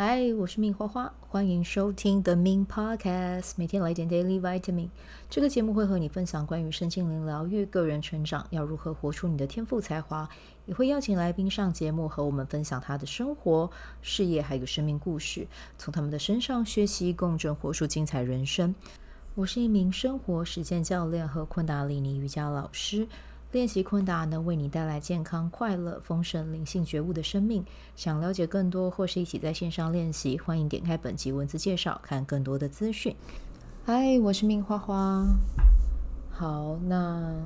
嗨，我是命花花，欢迎收听 The Min Podcast，每天来点 Daily Vitamin。这个节目会和你分享关于身心灵疗愈、个人成长，要如何活出你的天赋才华，也会邀请来宾上节目和我们分享他的生活、事业还有生命故事，从他们的身上学习共振，活出精彩人生。我是一名生活实践教练和昆达里尼瑜伽老师。练习昆达能为你带来健康、快乐、丰盛、灵性觉悟的生命。想了解更多或是一起在线上练习，欢迎点开本集文字介绍，看更多的资讯。嗨，我是命花花。好，那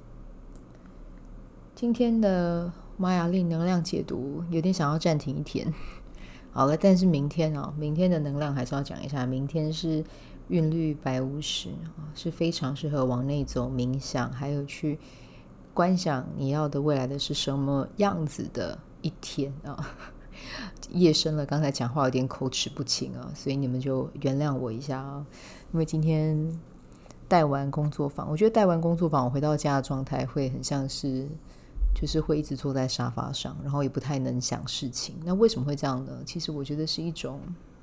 今天的玛雅历能量解读有点想要暂停一天。好了，但是明天的能量还是要讲一下。明天是韵律150，是非常适合往内走、冥想，还有去观想你要的未来的是什么样子的一天啊。夜深了，刚才讲话有点口齿不清啊，所以你们就原谅我一下啊。因为今天带完工作坊，我觉得带完工作坊我回到家的状态会很像是就是会一直坐在沙发上，然后也不太能想事情。那为什么会这样呢？其实我觉得是一种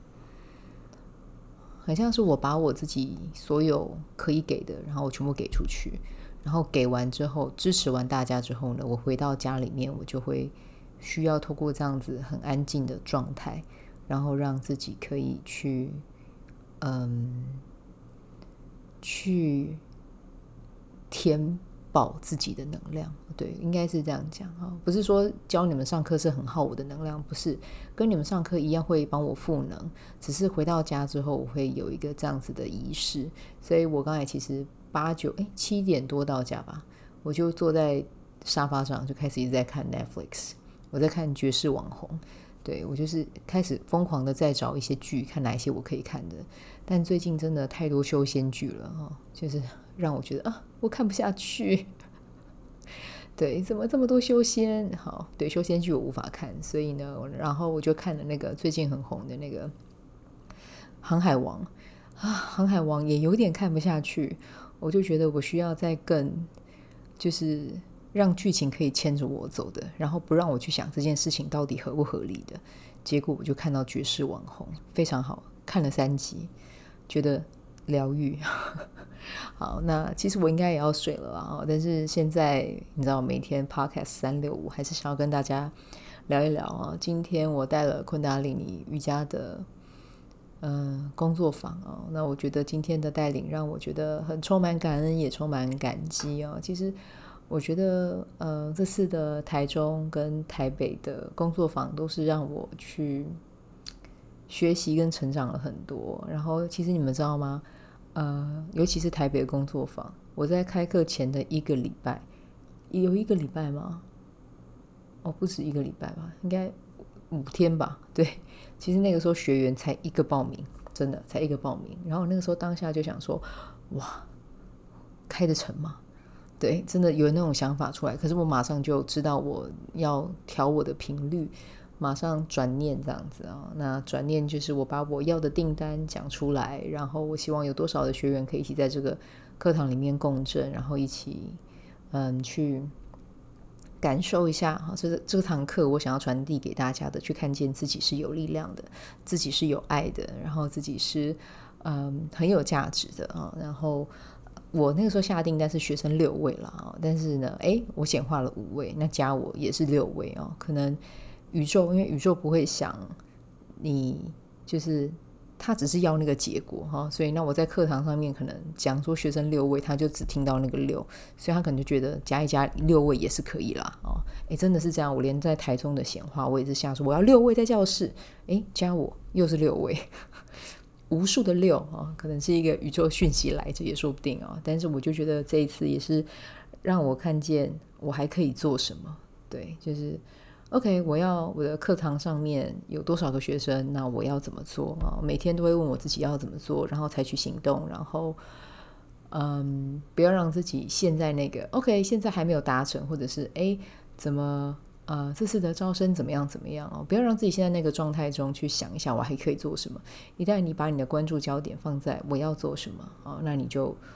很像是我把我自己所有可以给的，然后我全部给出去，然后给完之后支持完大家之后呢，我回到家里面我就会需要透过这样子很安静的状态，然后让自己可以去填饱自己的能量。对，应该是这样讲啊，不是说教你们上课是很耗我的能量，不是，跟你们上课一样会帮我赋能，只是回到家之后我会有一个这样子的仪式。所以我刚才其实7点多到家吧，我就坐在沙发上就开始一直在看 Netflix， 我在看爵士网红。对，我就是开始疯狂的在找一些剧，看哪一些我可以看的。但最近真的太多修仙剧了，就是让我觉得我看不下去。对，怎么这么多修仙？好，对，修仙剧我无法看，所以呢，然后我就看了那个最近很红的那个航海王航海王也有点看不下去。我就觉得我需要再更就是让剧情可以牵着我走的，然后不让我去想这件事情到底合不合理的。结果我就看到爵士网红，非常好，看了3集，觉得疗愈。好，那其实我应该也要睡了啦，但是现在你知道每天 podcast 365还是想要跟大家聊一聊啊。今天我带了昆达里尼瑜伽的工作坊那我觉得今天的带领让我觉得很充满感恩，也充满感激其实我觉得这次的台中跟台北的工作坊都是让我去学习跟成长了很多。然后其实你们知道吗？尤其是台北的工作坊，我在开课前的1个礼拜，有1个礼拜吗？不止1个礼拜吧，应该5天吧。对，其实那个时候学员才1个报名，真的才1个报名。然后那个时候当下就想说，哇，开得成吗？对，真的有那种想法出来。可是我马上就知道我要调我的频率，马上转念这样子那转念就是我把我要的订单讲出来，然后我希望有多少的学员可以一起在这个课堂里面共振，然后一起去感受一下这堂课我想要传递给大家的，去看见自己是有力量的，自己是有爱的，然后自己是很有价值的然后我那个时候下订单是学生6位啦但是呢我显化了5位，那加我也是6位可能宇宙，因为宇宙不会想你，就是他只是要那个结果所以那我在课堂上面可能讲说学生6位，他就只听到那个6，所以他可能就觉得加一加6位也是可以啦真的是这样。我连在台中的显化我也是下说我要6位在教室，加我又是6位。无数的6可能是一个宇宙讯息来着也说不定但是我就觉得这一次也是让我看见我还可以做什么。对，就是OK， 我的课堂上面有多少个学生，那我要怎么做每天都会问我自己要怎么做，然后采取行动，然后不要让自己陷在那个 OK 现在还没有达成，或者是怎么这次的招生怎么样不要让自己现在那个状态中去想一下我还可以做什么。一旦你把你的关注焦点放在我要做什么那你就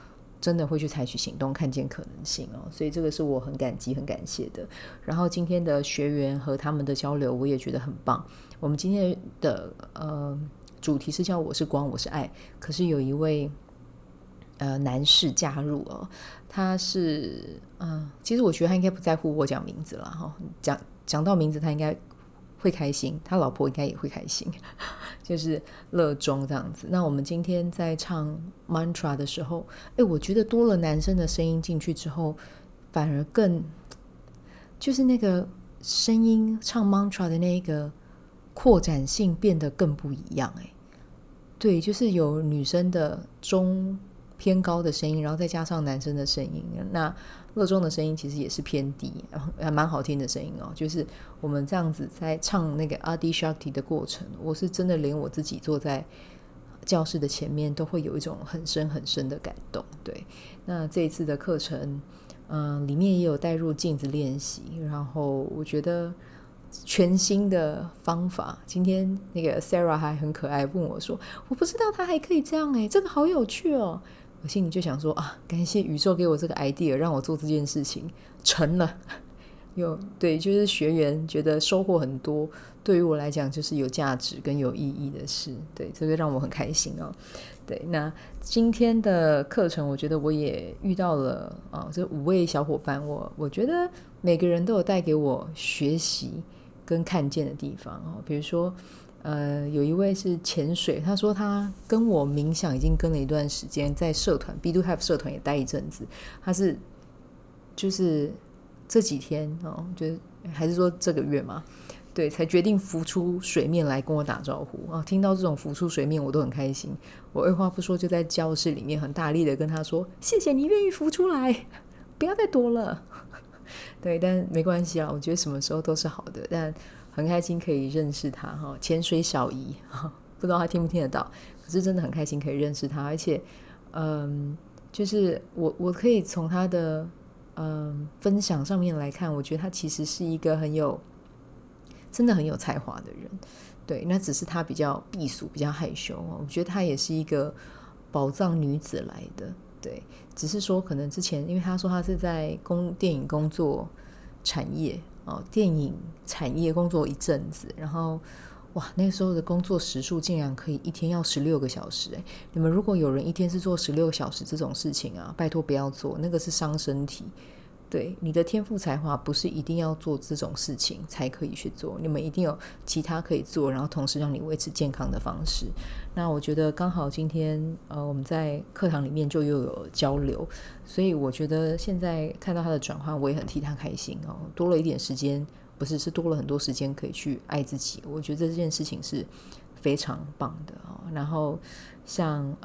真的会去采取行动，看见可能性哦，所以这个是我很感激很感谢的。然后今天的学员和他们的交流我也觉得很棒。我们今天的主题是叫我是光我是爱，可是有一位男士加入哦，他是其实我觉得他应该不在乎我讲名字了哈，讲到名字他应该会开心，他老婆应该也会开心，就是乐中这样子。那我们今天在唱 mantra 的时候，我觉得多了男生的声音进去之后，反而更就是那个声音唱 mantra 的那个扩展性变得更不一样。对，就是有女生的中偏高的声音，然后再加上男生的声音。那乐中的声音其实也是偏低，还蛮好听的声音哦。就是我们这样子在唱那个 Adi Shakti 的过程，我是真的连我自己坐在教室的前面都会有一种很深很深的感动。对，那这一次的课程里面也有带入镜子练习，然后我觉得全新的方法。今天那个 Sarah 还很可爱问我说，我不知道他还可以这样这个好有趣哦。我心里就想说感谢宇宙给我这个 idea 让我做这件事情成了。对，就是学员觉得收获很多，对于我来讲就是有价值跟有意义的事。对，这个让我很开心哦。对，那今天的课程我觉得我也遇到了这5位小伙伴，我觉得每个人都有带给我学习跟看见的地方比如说有一位是潜水，他说他跟我冥想已经跟了一段时间，在社团 Be Do Have 社团也待一阵子，他是就是这几天就是还是说这个月嘛，对，才决定浮出水面来跟我打招呼听到这种浮出水面我都很开心，我二话不说就在教室里面很大力的跟他说，谢谢你愿意浮出来，不要再躲了。对，但没关系我觉得什么时候都是好的，但很开心可以认识他潜水小姨不知道他听不听得到，可是真的很开心可以认识他，而且就是我可以从他的分享上面来看，我觉得他其实是一个真的很有才华的人。对，那只是他比较避俗比较害羞我觉得他也是一个宝藏女子来的。对，只是说可能之前因为他说他是在电影工作产业电影产业工作一阵子，然后那时候的工作时数竟然可以一天要16个小时你们如果有人一天是做16个小时这种事情拜托不要做，那个是伤身体。对，你的天赋才华不是一定要做这种事情才可以去做，你们一定有其他可以做，然后同时让你维持健康的方式。那我觉得刚好今天我们在课堂里面就又有交流，所以我觉得现在看到他的转换我也很替他开心多了一点时间，不是多了很多时间可以去爱自己，我觉得这件事情是非常棒的然后像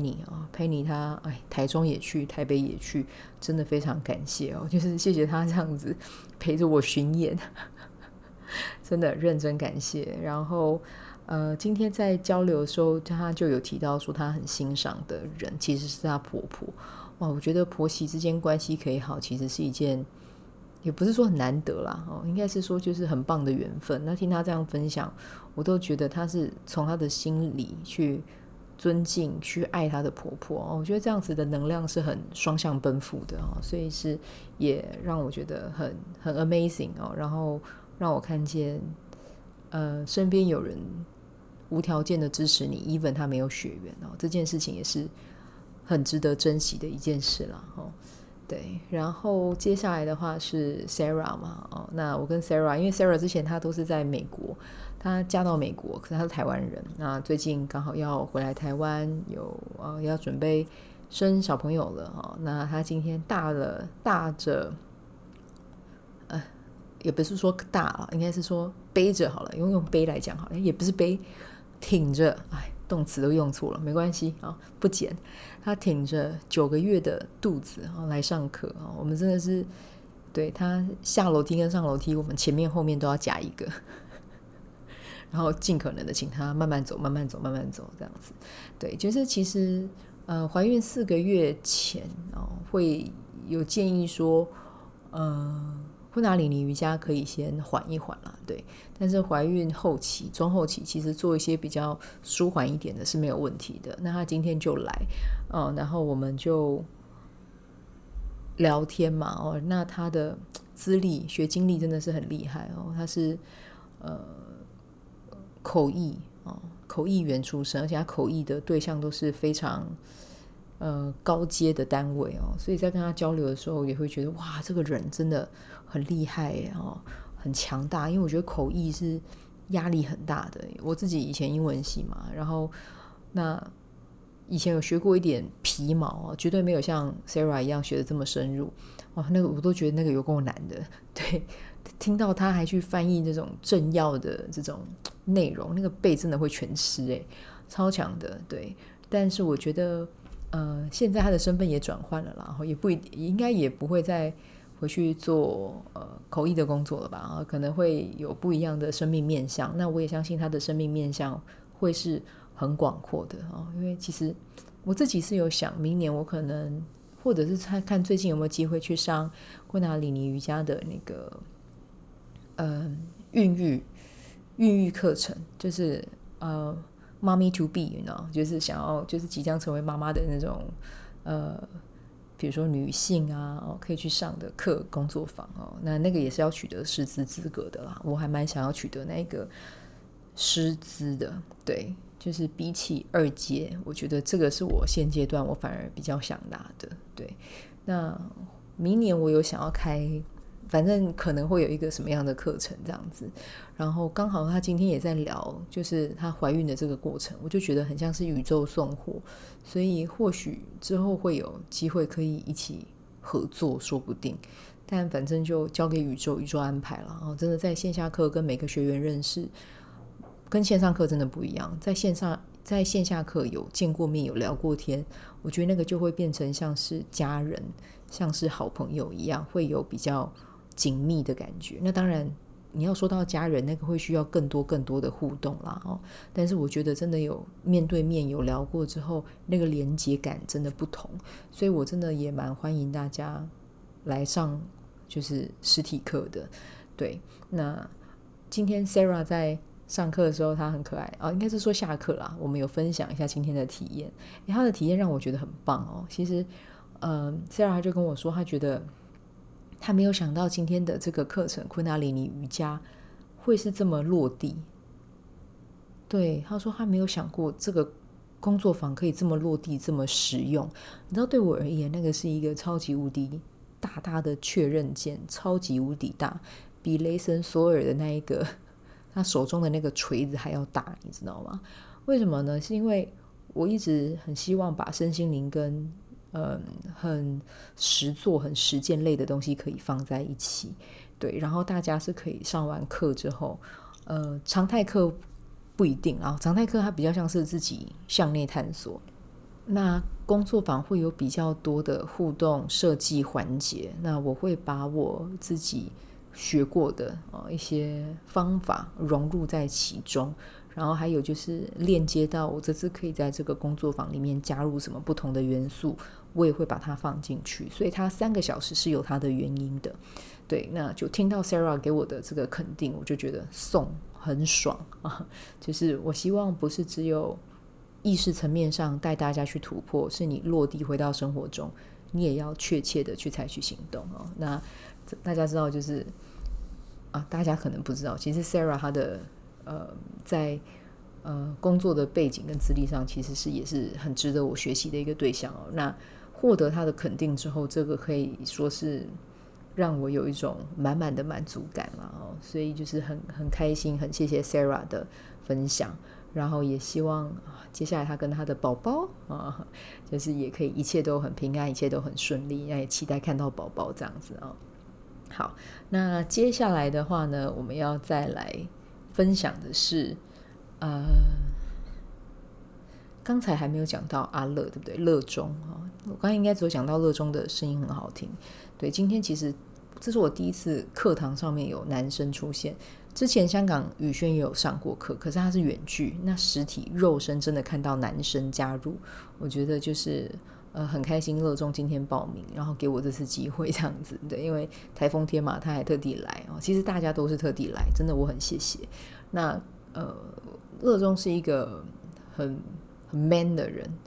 Penny 他台中也去台北也去，真的非常感谢就是谢谢他这样子陪着我巡演真的认真感谢。然后今天在交流的时候他就有提到说他很欣赏的人其实是他婆婆。我觉得婆媳之间关系可以好其实是一件也不是说很难得啦应该是说就是很棒的缘分。那听他这样分享我都觉得他是从他的心里去尊敬去爱他的婆婆我觉得这样子的能量是很双向奔赴的所以是也让我觉得很 amazing 然后让我看见身边有人无条件的支持你 even 他没有血缘这件事情也是很值得珍惜的一件事啦对，然后接下来的话是 Sarah 嘛那我跟 Sarah 因为 Sarah 之前她都是在美国，她嫁到美国，可是她是台湾人，那最近刚好要回来台湾，要准备生小朋友了那她今天大着也不是说大应该是说背着好了，用背来讲好了，也不是背，挺着动词都用错了，没关系不剪。他挺着9个月的肚子来上课我们真的是对他下楼梯跟上楼梯我们前面后面都要夹一个然后尽可能的请他慢慢走慢慢走慢慢走这样子。对，就是其实怀孕4个月前会有建议说昆达里尼瑜伽可以先缓一缓啦，对，但是怀孕后期中后期其实做一些比较舒缓一点的是没有问题的。那他今天就来然后我们就聊天嘛，那他的资历学经历真的是很厉害他是口译口译员出身，而且他口译的对象都是非常高阶的单位所以在跟他交流的时候也会觉得哇，这个人真的很厉害很强大，因为我觉得口译是压力很大的。我自己以前英文系嘛，然后那以前有学过一点皮毛绝对没有像 Sarah 一样学的这么深入那个我都觉得那个有够难的。对，听到他还去翻译这种政要的这种内容，那个背真的会全吃超强的。对，但是我觉得现在他的身份也转换了啦，应该也不会再回去做口译的工作了吧可能会有不一样的生命面向。那我也相信他的生命面向会是很广阔的因为其实我自己是有想明年我可能或者是看最近有没有机会去上昆达里尼瑜伽的那个孕育课程，就是mommy to be就是想要就是即将成为妈妈的那种比如说女性可以去上的课工作坊那个也是要取得师资资格的啦，我还蛮想要取得那个师资的。对，就是比起2阶，我觉得这个是我现阶段我反而比较想拿的。对，那明年我有想要开，反正可能会有一个什么样的课程这样子，然后刚好他今天也在聊就是她怀孕的这个过程，我就觉得很像是宇宙送货，所以或许之后会有机会可以一起合作说不定，但反正就交给宇宙安排了真的在线下课跟每个学员认识跟线上课真的不一样，在线下课有见过面有聊过天，我觉得那个就会变成像是家人像是好朋友一样，会有比较紧密的感觉。那当然你要说到家人，那个会需要更多的互动啦但是我觉得真的有面对面有聊过之后，那个连结感真的不同，所以我真的也蛮欢迎大家来上就是实体课的。对，那今天 Sarah 在上课的时候她很可爱应该是说下课啦，我们有分享一下今天的体验她的体验让我觉得很棒其实Sarah 就跟我说她觉得她没有想到今天的这个课程昆达里尼瑜伽会是这么落地。对，她说她没有想过这个工作坊可以这么落地这么实用，你知道对我而言那个是一个超级无敌大大的确认键，超级无敌大，比雷神索尔的那一个他手中的那个锤子还要大，你知道吗？为什么呢？是因为我一直很希望把身心灵跟很实作很实践类的东西可以放在一起。对，然后大家是可以上完课之后常态课不一定常态课它比较像是自己向内探索，那工作坊会有比较多的互动设计环节，那我会把我自己学过的一些方法融入在其中，然后还有就是链接到我这次可以在这个工作坊里面加入什么不同的元素，我也会把它放进去，所以它3个小时是有它的原因的。对，那就听到 Sarah 给我的这个肯定，我就觉得很爽就是我希望不是只有意识层面上带大家去突破，是你落地回到生活中你也要确切的去采取行动那大家知道就是大家可能不知道，其实 Sarah 她的在工作的背景跟资历上其实也是很值得我学习的一个对象那获得她的肯定之后，这个可以说是让我有一种满满的满足感所以就是很开心，很谢谢 Sarah 的分享，然后也希望接下来她跟她的宝宝就是也可以一切都很平安，一切都很顺利，那也期待看到宝宝这样子好，那接下来的话呢，我们要再来分享的是刚才还没有讲到阿乐对不对？乐中我刚才应该只有讲到乐中的声音很好听。对，今天其实这是我第一次课堂上面有男生出现，之前香港宇轩也有上过课，可是他是远距，那实体肉身真的看到男生加入，我觉得就是很开心乐中今天报名，然后给我这次机会这样子。对，因为台风天嘛，他还特地来其实大家都是特地来，真的我很谢谢。那乐中是一个很 man 的人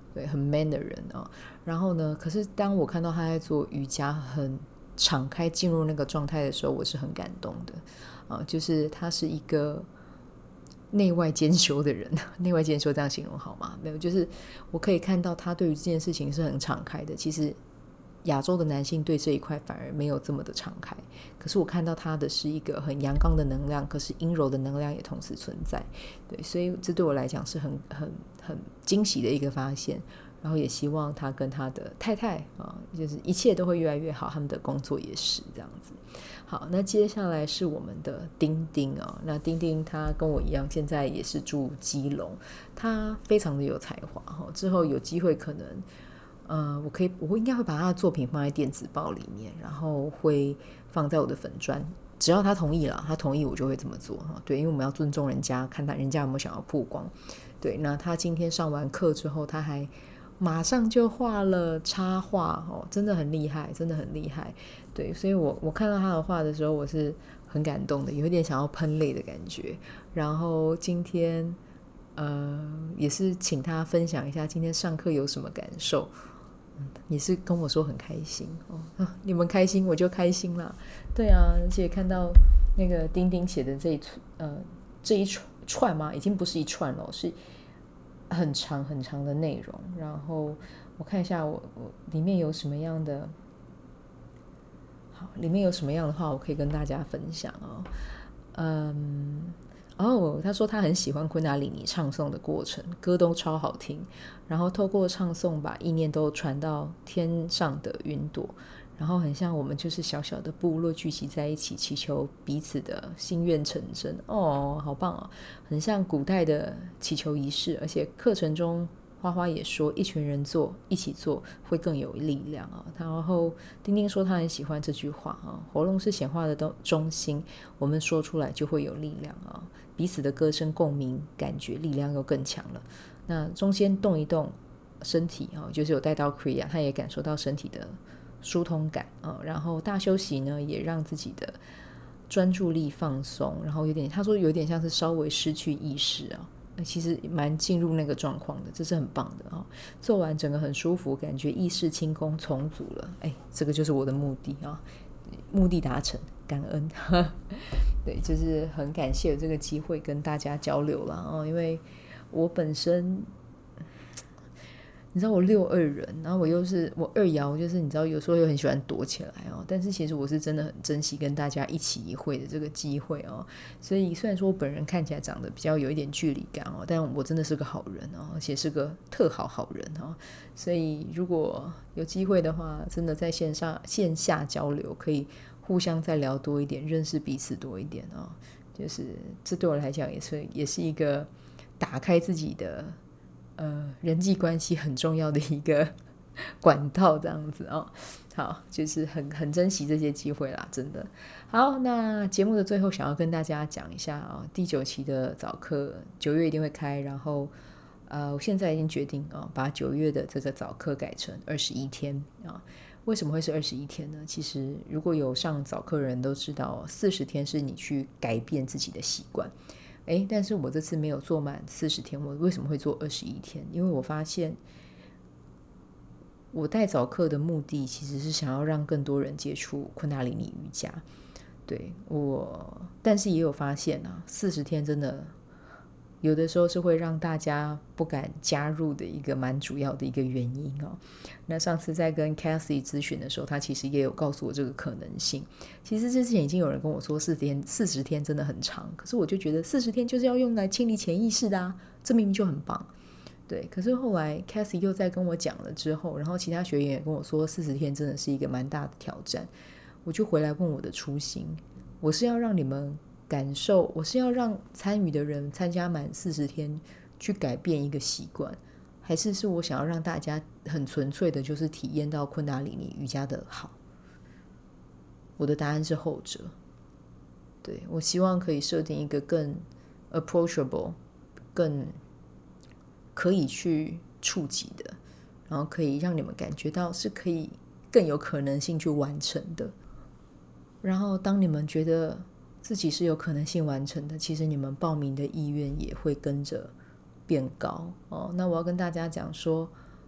对，很 man 的人啊。然后呢，可是当我看到他在做瑜伽很敞开进入那个状态的时候，我是很感动的就是他是一个内外兼修的人，内外兼修这样形容好吗？没有，就是我可以看到他对于这件事情是很敞开的。其实亚洲的男性对这一块反而没有这么的敞开，可是我看到他的是一个很阳刚的能量，可是阴柔的能量也同时存在。对，所以这对我来讲是很惊喜的一个发现。然后也希望他跟他的太太就是一切都会越来越好，他们的工作也是这样子。好，那接下来是我们的丁丁那丁丁他跟我一样，现在也是住基隆，他非常的有才华之后有机会可能我应该会把他的作品放在电子报里面，然后会放在我的粉专，只要他同意了，他同意我就会这么做对，因为我们要尊重人家，看人家有没有想要曝光。对，那他今天上完课之后，他还马上就画了插画真的很厉害，真的很厉害。对，所以我看到他的画的时候，我是很感动的，有一点想要喷泪的感觉。然后今天也是请他分享一下今天上课有什么感受，也是跟我说很开心你们开心我就开心啦。对啊，而且看到那个丁丁写的这一串嘛，已经不是一串了，是很长很长的内容。然后我看一下我里面有什么样的里面有什么样的话我可以跟大家分享他说他很喜欢昆达里尼唱诵的过程，歌都超好听，然后透过唱诵把意念都传到天上的云朵，然后很像我们就是小小的部落聚集在一起，祈求彼此的心愿成真好棒很像古代的祈求仪式。而且课程中花花也说一群人做一起做会更有力量然后丁丁说他很喜欢这句话喉咙是显化的中心，我们说出来就会有力量彼此的歌声共鸣，感觉力量又更强了。那中间动一动身体就是有带到 Kriya， 他也感受到身体的疏通感然后大休息呢也让自己的专注力放松，然后他说有点像是稍微失去意识其实蛮进入那个状况的，这是很棒的做完整个很舒服，感觉意识清空重组了这个就是我的目的目的达成，感恩对，就是很感谢有这个机会跟大家交流了因为我本身你知道我62人，然后我二爻，就是你知道有时候又很喜欢躲起来但是其实我是真的很珍惜跟大家一起一会的这个机会所以虽然说我本人看起来长得比较有一点距离感但我真的是个好人而且是个特好人所以如果有机会的话，真的在线下交流，可以互相再聊多一点，认识彼此多一点就是这对我来讲也是一个打开自己的人际关系很重要的一个管道这样子好，就是很珍惜这些机会啦，真的。好，那节目的最后想要跟大家讲一下第9期的早课9月一定会开，然后我现在已经决定把9月的这个早课改成21天为什么会是21天呢？其实如果有上早课的人都知道40天是你去改变自己的习惯但是我这次没有做满40天，我为什么会做21天？因为我发现我带早课的目的其实是想要让更多人接触昆达里尼瑜伽。对，但是也有发现40天真的有的时候是会让大家不敢加入的一个蛮主要的一个原因那上次在跟 Cathy 咨询的时候，他其实也有告诉我这个可能性。其实之前已经有人跟我说40天真的很长，可是我就觉得40天就是要用来清理潜意识的这明明就很棒。对，可是后来 Cathy 又在跟我讲了之后，然后其他学员也跟我说40天真的是一个蛮大的挑战，我就回来问我的初心，我是要让你们感受，我是要让参与的人参加满40天去改变一个习惯，还是我想要让大家很纯粹的就是体验到昆达里尼瑜伽的好？我的答案是后者。对，我希望可以设定一个更 approachable 更可以去触及的，然后可以让你们感觉到是可以更有可能性去完成的。然后当你们觉得自己是有可能性完成的，其实你们报名的意愿也会跟着变高那我要跟大家讲说，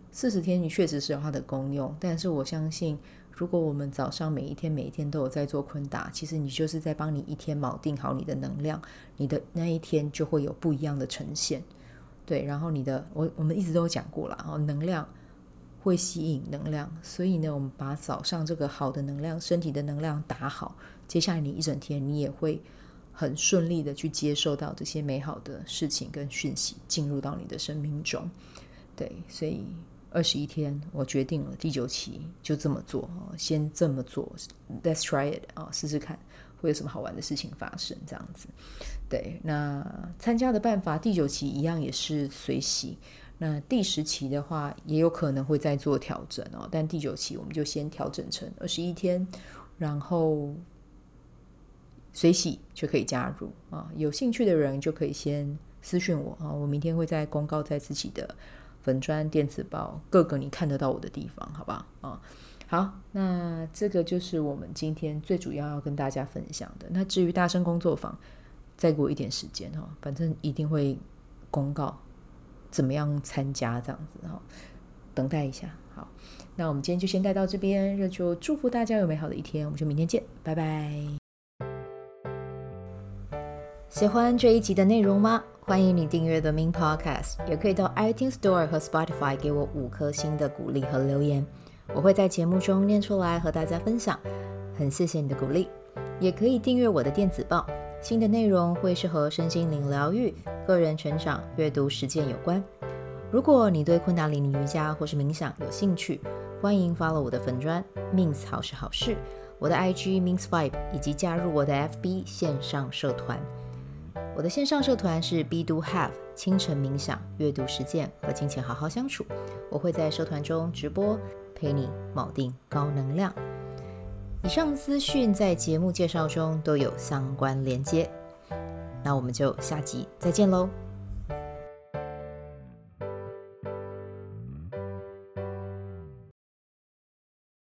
40天确实是有它的功用，但是我相信如果我们早上每一天都有在做昆达，其实你就是在帮你一天锚定好你的能量，你的那一天就会有不一样的呈现。对，然后我们一直都有讲过啦，能量会吸引能量，所以呢，我们把早上这个好的能量，身体的能量打好，接下来你一整天你也会很顺利的去接受到这些美好的事情跟讯息进入到你的生命中。对，所以21天我决定了，第9期就这么做，先这么做 Let's try it 试试看会有什么好玩的事情发生，这样子。对，那参加的办法，第9期一样也是随喜，那第10期的话也有可能会再做调整但第9期我们就先调整成21天，然后随喜就可以加入有兴趣的人就可以先私讯我我明天会再公告在自己的粉专电子报各个你看得到我的地方，好不好好，那这个就是我们今天最主要跟大家分享的。那至于大声工作坊，再给我一点时间反正一定会公告怎么样参加，这样子等待一下。好，那我们今天就先带到这边，那就祝福大家有美好的一天，我们就明天见，拜拜。喜欢这一集的内容吗？欢迎你订阅 The Min Podcast， 也可以到 iTunes Store 和 Spotify 给我5颗星的鼓励和留言，我会在节目中念出来和大家分享，很谢谢你的鼓励。也可以订阅我的电子报，新的内容会是和身心灵疗愈、个人成长、阅读实践有关。如果你对昆达里尼瑜伽或是冥想有兴趣，欢迎 follow 我的粉专 Mins 好是好事，我的 IG Mins Vibe， 以及加入我的 FB 线上社团。我的线上社团是 Be Do Have 清晨冥想、阅读实践和金钱好好相处，我会在社团中直播，陪你锚定高能量。以上资讯在节目介绍中都有相关连接，那我们就下集再见喽。